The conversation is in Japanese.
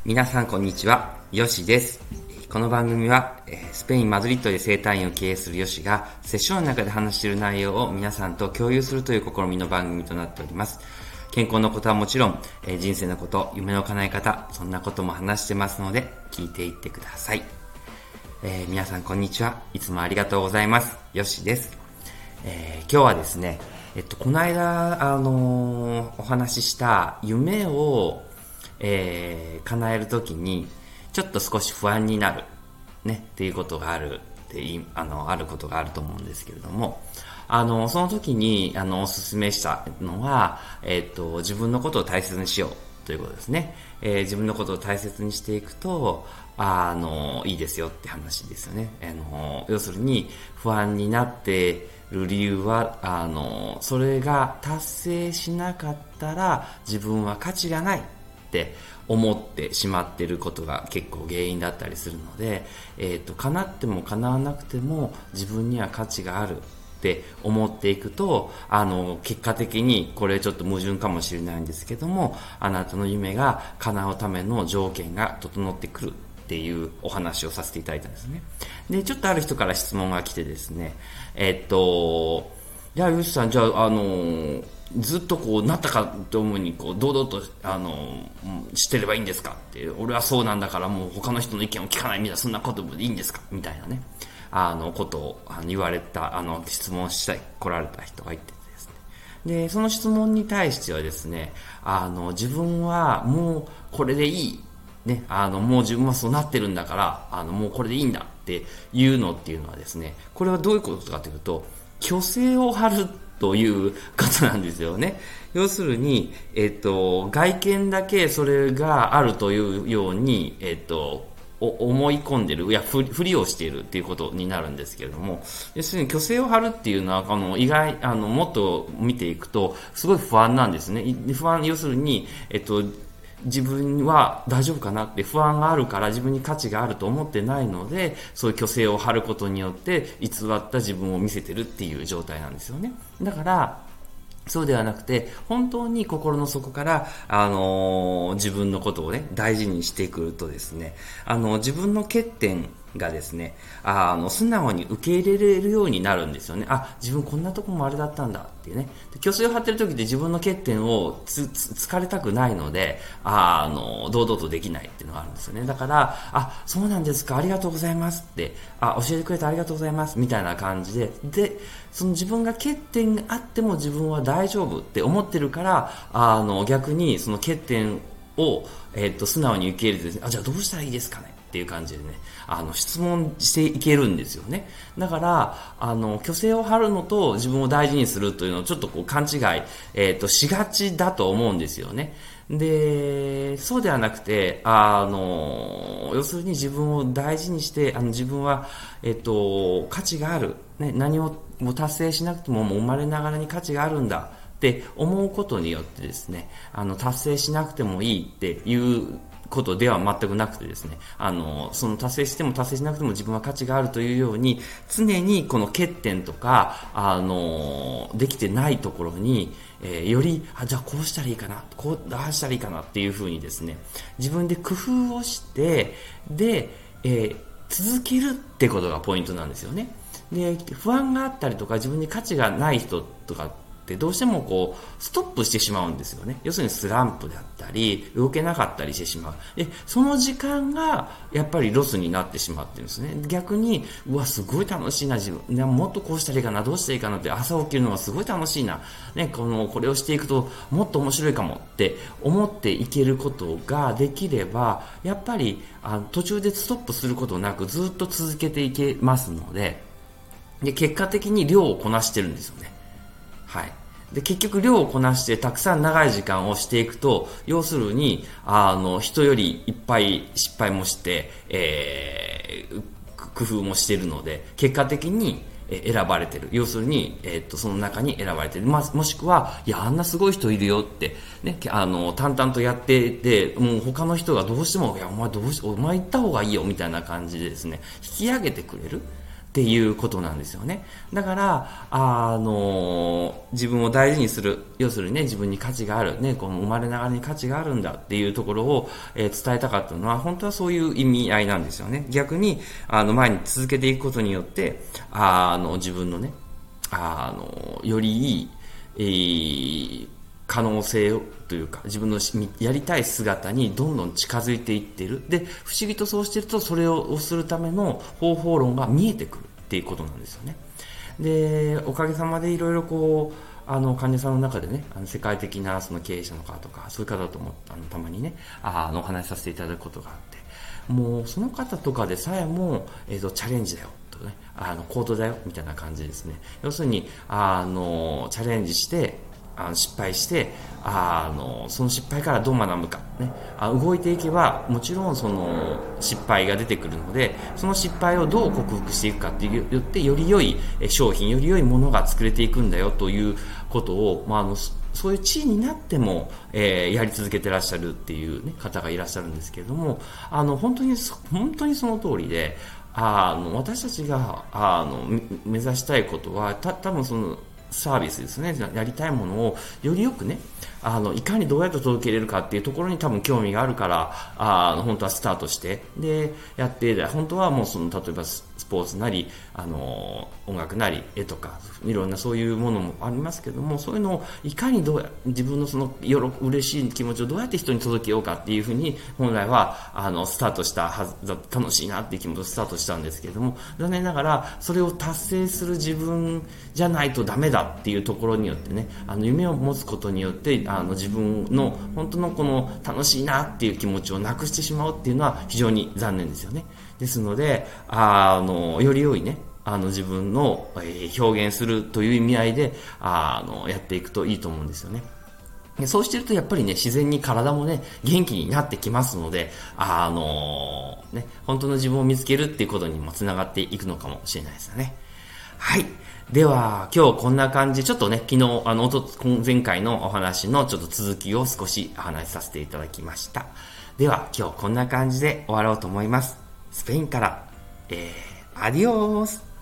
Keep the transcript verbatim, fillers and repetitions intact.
皆さんこんにちは、ヨシです。この番組はスペイン・マドリッドで整体院を経営するヨシがセッションの中で話している内容を皆さんと共有するという試みの番組となっております。健康のことはもちろん、人生のこと、夢の叶え方、そんなことも話してますので聞いていってください。えー、皆さんこんにちは。いつもありがとうございます。ヨシです。えー、今日はですね、えっと、この間、あのー、お話しした夢を、えー、叶えるときに、ちょっと少し不安になる、ね、っていうことがある、っていあの、あることがあると思うんですけれども、あの、その時に、あの、お勧めしたのは、えっと、自分のことを大切にしようということですね。えー、自分のことを大切にしていくと、あの、いいですよって話ですよね。あの、要するに、不安になってる理由は、あの、それが達成しなかったら、自分は価値がないって思ってしまっていることが結構原因だったりするので、えーと、叶っても叶わなくても自分には価値があるって思っていくと、あの結果的にこれちょっと矛盾かもしれないんですけども、あなたの夢が叶うための条件が整ってくるっていうお話をさせていただいたんですね。で、ちょっとある人から質問が来てですね、えっといや、ヨシさん、じゃあ、あのー、ずっとこう、なったかと思うに、こう、堂々と、あのー、してればいいんですかって、俺はそうなんだから、もう他の人の意見を聞かないみたいな、そんなことでいいんですかみたいなね、あの、ことを言われた、あの、質問して来られた人がいてですね。で、その質問に対してはですね、あの、自分はもうこれでいい。ね、あの、もう自分はそうなってるんだから、あの、もうこれでいいんだっていうのっていうのはですね、これはどういうことかというと、虚勢を張るということなんですよね。要するに、えっと、外見だけそれがあるというように、えっと、思い込んでる、いや、ふりをしているっていうことになるんですけれども、要するに虚勢を張るっていうのは、あの、意外、あの、もっと見ていくと、すごい不安なんですね。不安、要するに、えっと、自分は大丈夫かなって不安があるから自分に価値があると思ってないので、そういう虚勢を張ることによって偽った自分を見せてるっていう状態なんですよね。だからそうではなくて、本当に心の底から、あのー、自分のことをね、大事にしてくるとですね、あの、自分の欠点がですね、あの、素直に受け入れれるようになるんですよね。あ、自分こんなとこもあれだったんだっていうね。虚勢を張ってる時って自分の欠点をつ、つ、つかれたくないので、あ、あの、堂々とできないっていうのがあるんですよね。だから、あ、そうなんですか、ありがとうございますって、あ、教えてくれてありがとうございます、みたいな感じで、で、その自分が欠点があっても自分は大丈夫って思ってるから、あの、逆にその欠点を、えっと、素直に受け入れてですね、あ、じゃあどうしたらいいですかねっていう感じでね、あの、質問していけるんですよね。だから、あの、虚勢を張るのと自分を大事にするというのをちょっとこう勘違い、えっと、しがちだと思うんですよね。で、そうではなくて、あの、要するに自分を大事にして、あの、自分は、えっと、価値がある。ね、何をもう達成しなくても、もう生まれながらに価値があるんだって思うことによってですね、あの、達成しなくてもいいっていうことでは全くなくてですね、あの、その達成しても達成しなくても自分は価値があるというように、常にこの欠点とか、あの、できてないところに、えー、より、あ、じゃあこうしたらいいかな、こう、ああしたらいいかなっていうふうにですね、自分で工夫をして、で、えー、続けるってことがポイントなんですよね。で、不安があったりとか自分に価値がない人とかってどうしてもこうストップしてしまうんですよね。要するにスランプであったり動けなかったりしてしまう。で、その時間がやっぱりロスになってしまってるんですね。逆に、うわ、すごい楽しいな、自分。もっとこうしたらいいかな、どうしたらいいかなって、朝起きるのがすごい楽しいな。ね、この、これをしていくともっと面白いかもって思っていけることができれば、やっぱりあの途中でストップすることなくずっと続けていけますので、で、結果的に量をこなしてるんですよね。はい。で、結局量をこなしてたくさん長い時間をしていくと、要するに、あの、人よりいっぱい失敗もして、えー、工夫もしているので、結果的に選ばれてる。要するに、えー、っと、その中に選ばれてる。まあ、もしくは、いや、あんなすごい人いるよって、ね、あの、淡々とやってて、もう他の人がどうしても、いや、お前どうし、お前行った方がいいよ、みたいな感じでですね、引き上げてくれる。っっていうことなんですよね。だから、あの、自分を大事にする、要するにね、自分に価値がある、ね、この生まれながらに価値があるんだっていうところを、えー、伝えたかったのは、本当はそういう意味合いなんですよね。逆に、あの、前に続けていくことによって、あの、自分のね、あの、よりいい、えー可能性というか自分のやりたい姿にどんどん近づいていっている。で、不思議とそうしているとそれをするための方法論が見えてくるっていうことなんですよね。で、おかげさまでいろいろこうあの患者さんの中でね、あの世界的なその経営者の方とかそういう方ともあのたまにねあのお話しさせていただくことがあって、もうその方とかでさえも、えーと、チャレンジだよとかね、あの行動だよみたいな感じですね。要するにあのチャレンジしてあの失敗してあのその失敗からどう学ぶか、ね、あ動いていけばもちろんその失敗が出てくるので、その失敗をどう克服していくかっていうよってより良い商品より良いものが作れていくんだよということを、まあ、あのそういう地位になっても、えー、やり続けてらっしゃるっていう、ね、方がいらっしゃるんですけれども、あの本当に本当にその通りで、あの私たちがあの目指したいことはた多分そのサービスですね、やりたいものをよりよくね、あのいかにどうやって届けれるかっていうところに多分興味があるから、あの本当はスタートしてでやって、本当はもうその例えばスポーツなりあの音楽なり絵とかいろんなそういうものもありますけども、そういうのをいかにどうや自分のそのよろ嬉しい気持ちをどうやって人に届けようかっていうふうに本来はあのスタートしたはずだ、楽しいなっていう気持ちをスタートしたんですけれども、残念ながらそれを達成する自分じゃないとダメだっていうところによってね、あの夢を持つことによってあの自分の本当のこの楽しいなっていう気持ちをなくしてしまうっていうのは非常に残念ですよね。ですのであのより良いねあの自分の、えー、表現するという意味合いであのやっていくといいと思うんですよね。そうしてるとやっぱりね自然に体もね元気になってきますので、あのー、ね本当の自分を見つけるっていうことにもつながっていくのかもしれないですよね。はい。では今日こんな感じ、ちょっとね昨日あの前回のお話のちょっと続きを少しお話しさせていただきました。では今日こんな感じで終わろうと思います。スペインから、えー、アディオース。